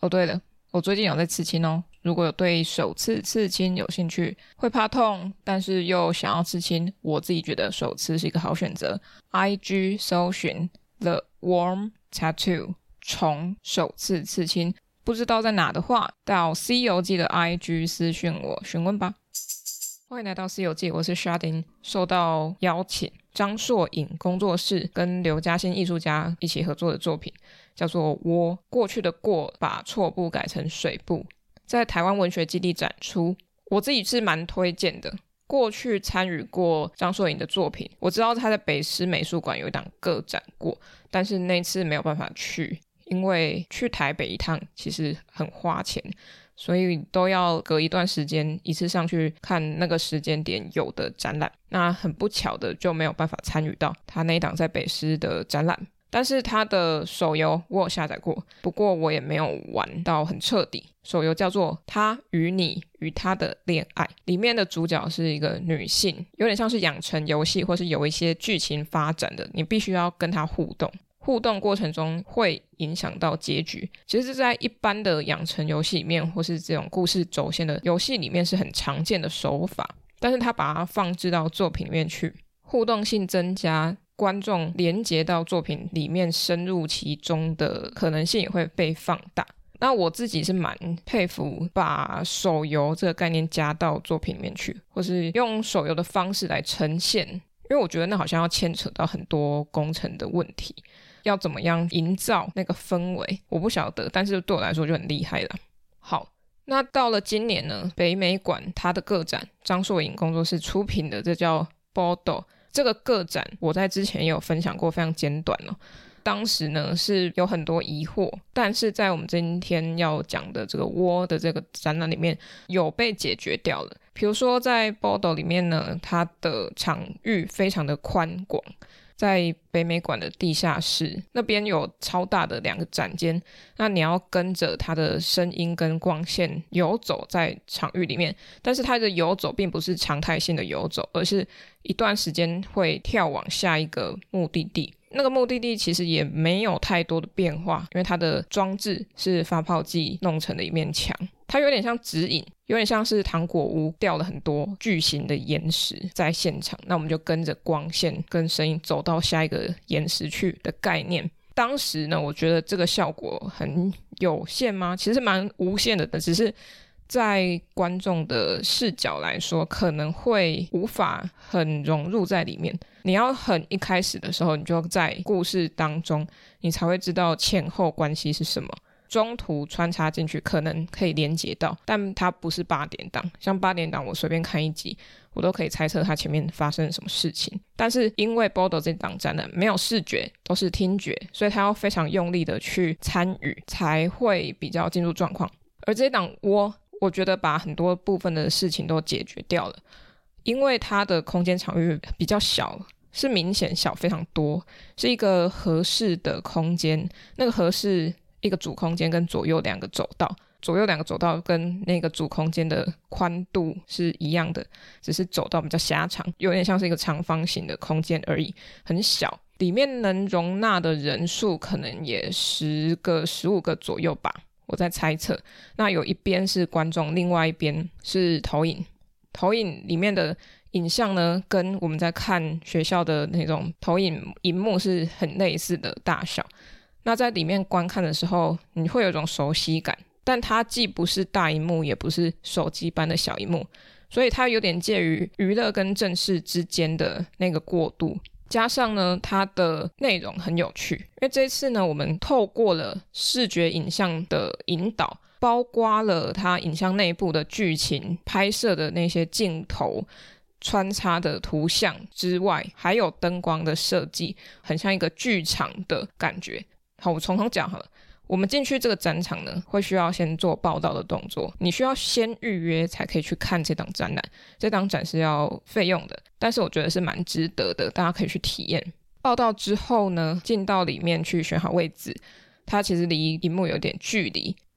哦对了，我最近有在刺青哦，如果有对手刺刺青有兴趣，会怕痛但是又想要刺青，我自己觉得手刺是一个好选择。 IG 搜寻 The Worm Tattoo 虫手刺刺青，不知道在哪的话，到西游记的 IG 私讯我询问吧。欢迎来到西游记，我是 Sharding， 受到邀请张硕影工作室跟刘嘉欣艺术家一起合作的作品叫做窝，过去的过把错步改成水步，在台湾文学基地展出，我自己是蛮推荐的。过去参与过张硕影的作品，我知道他在北师美术馆有一档个展过，但是那次没有办法去，因为去台北一趟其实很花钱，所以都要隔一段时间一次上去看那个时间点有的展览，那很不巧的就没有办法参与到他那一档在北师的展览。但是他的手游我有下载过，不过我也没有玩到很彻底。手游叫做他与你与他的恋爱，里面的主角是一个女性，有点像是养成游戏或是有一些剧情发展的，你必须要跟他互动，互动过程中会影响到结局。其实在一般的养成游戏里面或是这种故事轴线的游戏里面是很常见的手法，但是他把它放置到作品里面去，互动性增加，观众连接到作品里面深入其中的可能性也会被放大。那我自己是蛮佩服把手游这个概念加到作品里面去，或是用手游的方式来呈现，因为我觉得那好像要牵扯到很多工程的问题，要怎么样营造那个氛围我不晓得，但是对我来说就很厉害了。好，那到了今年呢，北美馆它的个展张硕影工作室出品的这叫 Bodo， 这个个展我在之前也有分享过，非常简短哦。当时呢是有很多疑惑，但是在我们今天要讲的这个窝的这个展览里面有被解决掉了。比如说在 Bodo 里面呢，它的场域非常的宽广，在北美馆的地下室那边有超大的2个展间，那你要跟着它的声音跟光线游走在场域里面，但是它的游走并不是常态性的游走，而是一段时间会跳往下一个目的地。那个目的地其实也没有太多的变化，因为它的装置是发泡剂弄成的一面墙，它有点像指引，有点像是糖果屋掉了很多巨型的岩石在现场，那我们就跟着光线跟声音走到下一个岩石去的概念。当时呢，我觉得这个效果很有限吗？其实蛮无限的，只是在观众的视角来说可能会无法很融入在里面，你要很一开始的时候你就在故事当中，你才会知道前后关系是什么，中途穿插进去可能可以连接到，但它不是8点档，像8点档我随便看一集我都可以猜测它前面发生了什么事情，但是因为 Bodo 这档展览没有视觉都是听觉，所以它要非常用力的去参与才会比较进入状况。而这档我觉得把很多部分的事情都解决掉了，因为它的空间场域比较小，是明显小非常多，是一个合适的空间，那个合适一个主空间跟左右2个走道，左右2个走道跟那个主空间的宽度是一样的，只是走道比较狭长，有点像是一个长方形的空间而已，很小，里面能容纳的人数可能也10个15个左右吧，我在猜测。那有一边是观众，另外一边是投影，投影里面的影像呢跟我们在看学校的那种投影萤幕是很类似的大小，那在里面观看的时候你会有一种熟悉感，但它既不是大萤幕也不是手机般的小萤幕，所以它有点介于娱乐跟正式之间的那个过渡。加上呢它的内容很有趣，因为这次呢我们透过了视觉影像的引导，包括了它影像内部的剧情拍摄的那些镜头穿插的图像之外，还有灯光的设计，很像一个剧场的感觉。好，我从头讲好了。我们进去这个展场呢，会需要先做报到的动作，你需要先预约才可以去看这档展览，这档展是要费用的，但是我觉得是蛮值得的，大家可以去体验。报到之后呢，进到里面去选好位置，它其实离萤幕有点距离，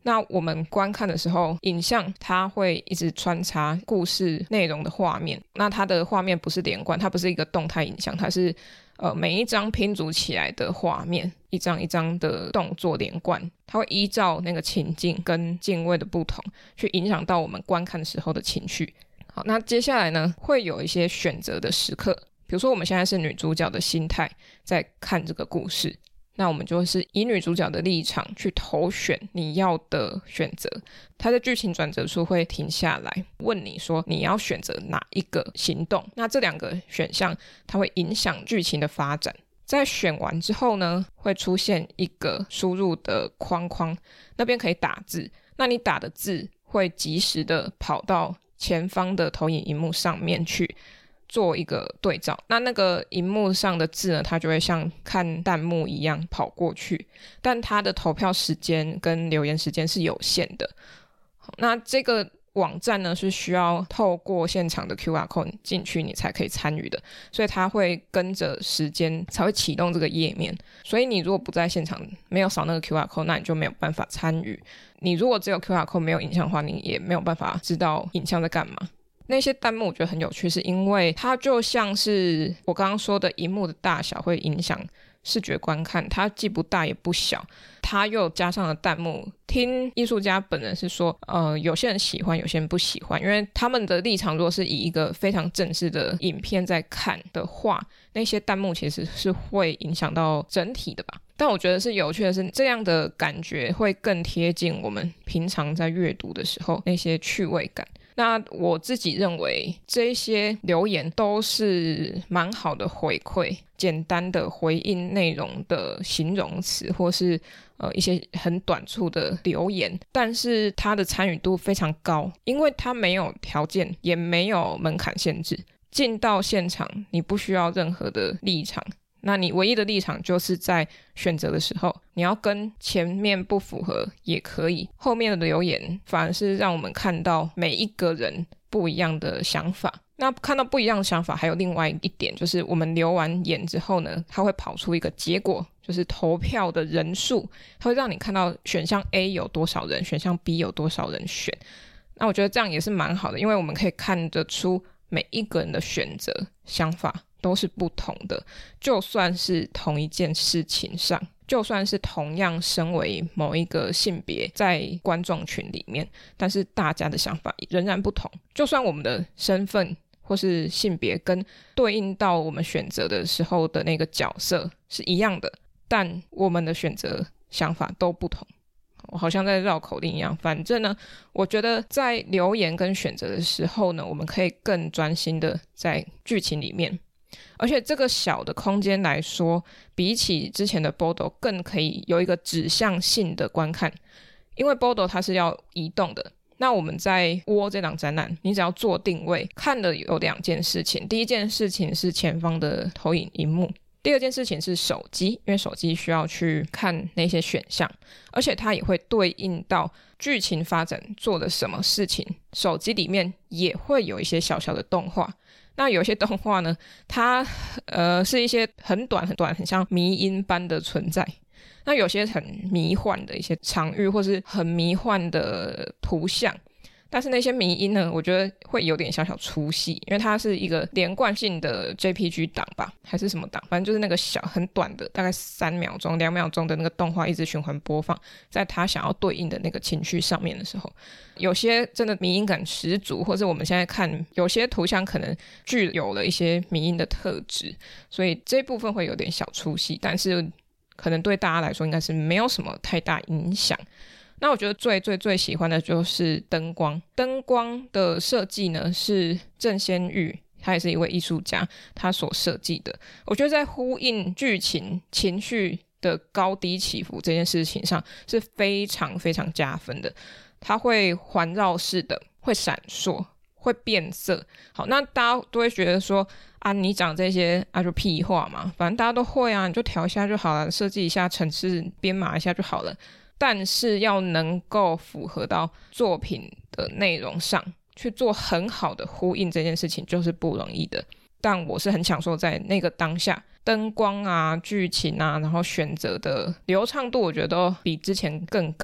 那我们观看的时候，影像它会一直穿插故事内容的画面，那它的画面不是连贯，它不是一个动态影像，它是每一张拼组起来的画面，一张一张的动作连贯，它会依照那个情境跟镜位的不同去影响到我们观看的时候的情绪。好，那接下来呢，会有一些选择的时刻，比如说我们现在是女主角的心态在看这个故事，那我们就是以女主角的立场去投选你要的选择，它的剧情转折处会停下来问你说你要选择哪一个行动，那这两个选项它会影响剧情的发展。在选完之后呢，会出现一个输入的框框，那边可以打字，那你打的字会及时的跑到前方的投影萤幕上面去做一个对照，那个萤幕上的字呢，它就会像看弹幕一样跑过去，但它的投票时间跟留言时间是有限的。那这个网站呢是需要透过现场的 QR code 进去你才可以参与的，所以它会跟着时间才会启动这个页面，所以你如果不在现场没有扫那个 QR code， 那你就没有办法参与。你如果只有 QR code 没有影像的话，你也没有办法知道影像在干嘛。那些弹幕我觉得很有趣，是因为它就像是我刚刚说的萤幕的大小会影响视觉观看，它既不大也不小，它又加上了弹幕。听艺术家本人是说有些人喜欢有些人不喜欢，因为他们的立场如果是以一个非常正式的影片在看的话，那些弹幕其实是会影响到整体的吧。但我觉得是有趣的是，这样的感觉会更贴近我们平常在阅读的时候那些趣味感。那我自己认为这些留言都是蛮好的回馈，简单的回应内容的形容词，或是一些很短促的留言，但是它的参与度非常高，因为它没有条件也没有门槛限制，进到现场你不需要任何的立场，那你唯一的立场就是在选择的时候，你要跟前面不符合也可以，后面的留言反而是让我们看到每一个人不一样的想法。那看到不一样的想法还有另外一点，就是我们留完言之后呢，它会跑出一个结果，就是投票的人数，它会让你看到选项 A 有多少人，选项 B 有多少人选。那我觉得这样也是蛮好的，因为我们可以看得出每一个人的选择想法都是不同的，就算是同一件事情上，就算是同样身为某一个性别在观众群里面，但是大家的想法仍然不同，就算我们的身份或是性别跟对应到我们选择的时候的那个角色是一样的，但我们的选择想法都不同。我好像在绕口令一样，反正呢，我觉得在留言跟选择的时候呢，我们可以更专心的在剧情里面，而且这个小的空间来说，比起之前的 Bodo 更可以有一个指向性的观看，因为 Bodo 它是要移动的。那我们在窝这档展览，你只要做定位，看的有两件事情，第一件事情是前方的投影萤幕，第二件事情是手机，因为手机需要去看那些选项，而且它也会对应到剧情发展做了什么事情，手机里面也会有一些小小的动画。那有些动画呢，它是一些很短很短，很像迷因般的存在。那有些很迷幻的一些场域，或是很迷幻的图像，但是那些迷因呢，我觉得会有点小小出戏，因为它是一个连贯性的 JPG 档吧，还是什么档，反正就是那个小很短的大概3秒钟2秒钟的那个动画一直循环播放，在它想要对应的那个情绪上面的时候，有些真的迷因感十足，或者我们现在看有些图像可能具有了一些迷因的特质，所以这部分会有点小出戏，但是可能对大家来说应该是没有什么太大影响。那我觉得最喜欢的就是灯光的设计呢，是郑先玉，他也是一位艺术家，他所设计的。我觉得在呼应剧情情绪的高低起伏这件事情上是非常非常加分的。它会环绕式的，会闪烁，会变色。好，那大家都会觉得说啊，你讲这些啊就屁话嘛，反正大家都会啊，你就调一下就好了，设计一下程式编码一下就好了。但是要能够符合到作品的内容上去做很好的呼应，这件事情就是不容易的。但我是很享受在那个当下，灯光啊、剧情啊，然后选择的流畅度，我觉得都比之前更高。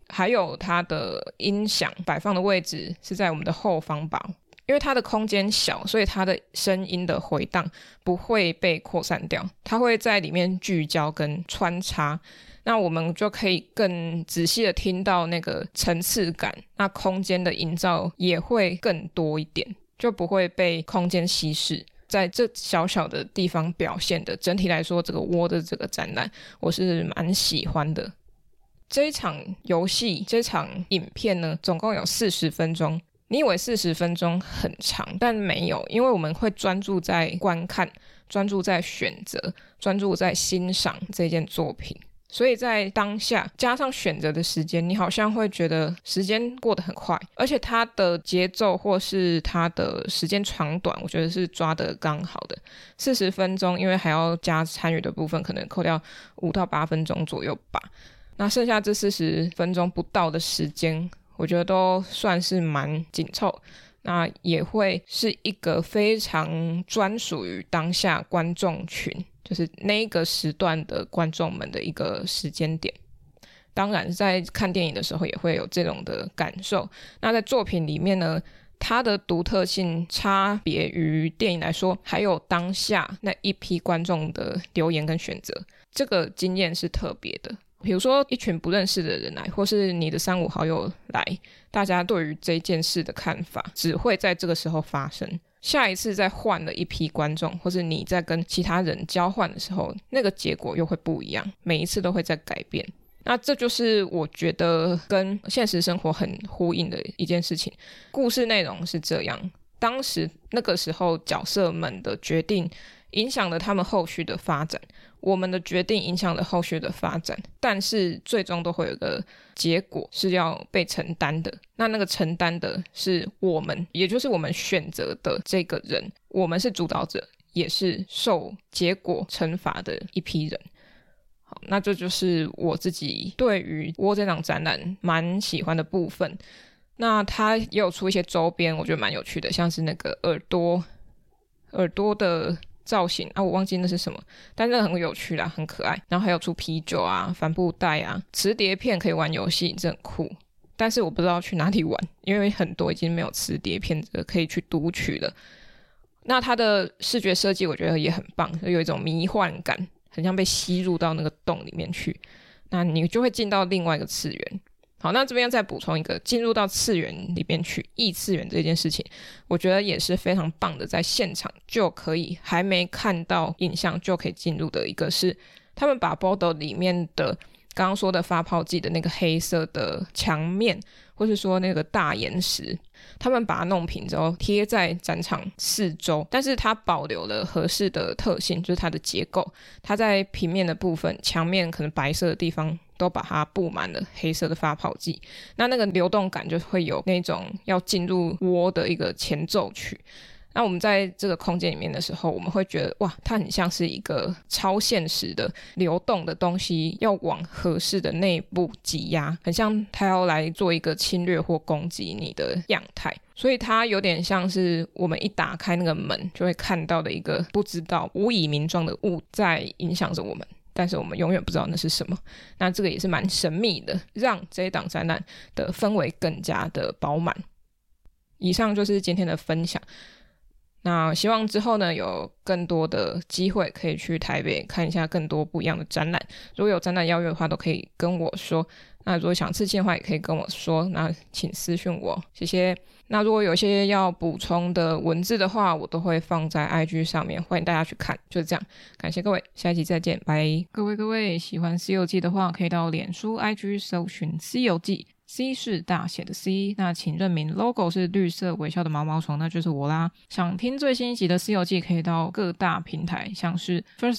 还有它的音响摆放的位置是在我们的后方吧，因为它的空间小，所以它的声音的回荡不会被扩散掉，它会在里面聚焦跟穿插，那我们就可以更仔细的听到那个层次感，那空间的营造也会更多一点，就不会被空间稀释，在这小小的地方表现的，整体来说这个窝的这个展览我是蛮喜欢的。这一场游戏，这场影片呢，总共有40分钟。你以为40分钟很长，但没有，因为我们会专注在观看，专注在选择，专注在欣赏这件作品。所以在当下加上选择的时间，你好像会觉得时间过得很快，而且它的节奏或是它的时间长短，我觉得是抓得刚好的。40分钟，因为还要加参与的部分，可能扣掉5到8分钟左右吧。那剩下这40分钟不到的时间，我觉得都算是蛮紧凑，那也会是一个非常专属于当下观众群，就是那个时段的观众们的一个时间点。当然在看电影的时候也会有这种的感受。那在作品里面呢，它的独特性差别于电影来说，还有当下那一批观众的留言跟选择，这个经验是特别的。比如说一群不认识的人来，或是你的3、5好友来，大家对于这件事的看法只会在这个时候发生。下一次再换了一批观众，或是你在跟其他人交换的时候，那个结果又会不一样，每一次都会在改变。那这就是我觉得跟现实生活很呼应的一件事情。故事内容是这样，当时那个时候角色们的决定影响了他们后续的发展，我们的决定影响了后续的发展，但是最终都会有一个结果是要被承担的。那个承担的是我们，也就是我们选择的这个人，我们是主导者，也是受结果惩罚的一批人。好，那这就是我自己对于窝这场展览蛮喜欢的部分。那它也有出一些周边，我觉得蛮有趣的，像是那个耳朵的造型啊，我忘记那是什么，但那很有趣啦，很可爱。然后还有出啤酒啊、帆布袋啊、磁碟片可以玩游戏，这很酷。但是我不知道去哪里玩，因为很多已经没有磁碟片可以去读取了。那它的视觉设计我觉得也很棒，有一种迷幻感，很像被吸入到那个洞里面去，那你就会进到另外一个次元。好，那这边再补充一个，进入到次元里面去，异次元这件事情我觉得也是非常棒的，在现场就可以，还没看到影像就可以进入的一个是他们把 Bordeaux 里面的刚刚说的发泡剂的那个黑色的墙面，或是说那个大岩石，他们把它弄平之后贴在展场四周，但是它保留了合适的特性，就是它的结构，它在平面的部分，墙面可能白色的地方都把它布满了黑色的发泡剂，那个流动感就会有那种要进入窝的一个前奏曲。那我们在这个空间里面的时候，我们会觉得哇，它很像是一个超现实的流动的东西要往合适的内部挤压，很像它要来做一个侵略或攻击你的样态，所以它有点像是我们一打开那个门就会看到的一个不知道无以名状的物在影响着我们，但是我们永远不知道那是什么。那这个也是蛮神秘的，让这一档展览的氛围更加的饱满。以上就是今天的分享，那希望之后呢有更多的机会可以去台北看一下更多不一样的展览，如果有展览邀约的话都可以跟我说，那如果想刺青的话也可以跟我说，那请私讯我，谢谢。那如果有一些要补充的文字的话，我都会放在 IG 上面，欢迎大家去看。就是这样，感谢各位，下一集再见，拜。各位喜欢西游记的话，可以到脸书 IG 搜寻西游记，C 是大写的 C， 那请认明 logo 是绿色微笑的毛毛虫，那就是我啦。想听最新一集的西游记可以到各大平台，像是 First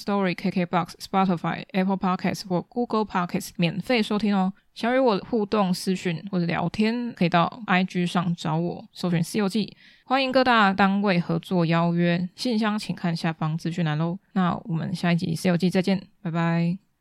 Story、KKBOX、Spotify、Apple Podcasts 或 Google Podcasts 免费收听哦。想与我互动私讯或者聊天，可以到 IG 上找我，搜寻西游记，欢迎各大单位合作邀约，信箱请看下方资讯栏咯。那我们下一集西游记再见，拜拜。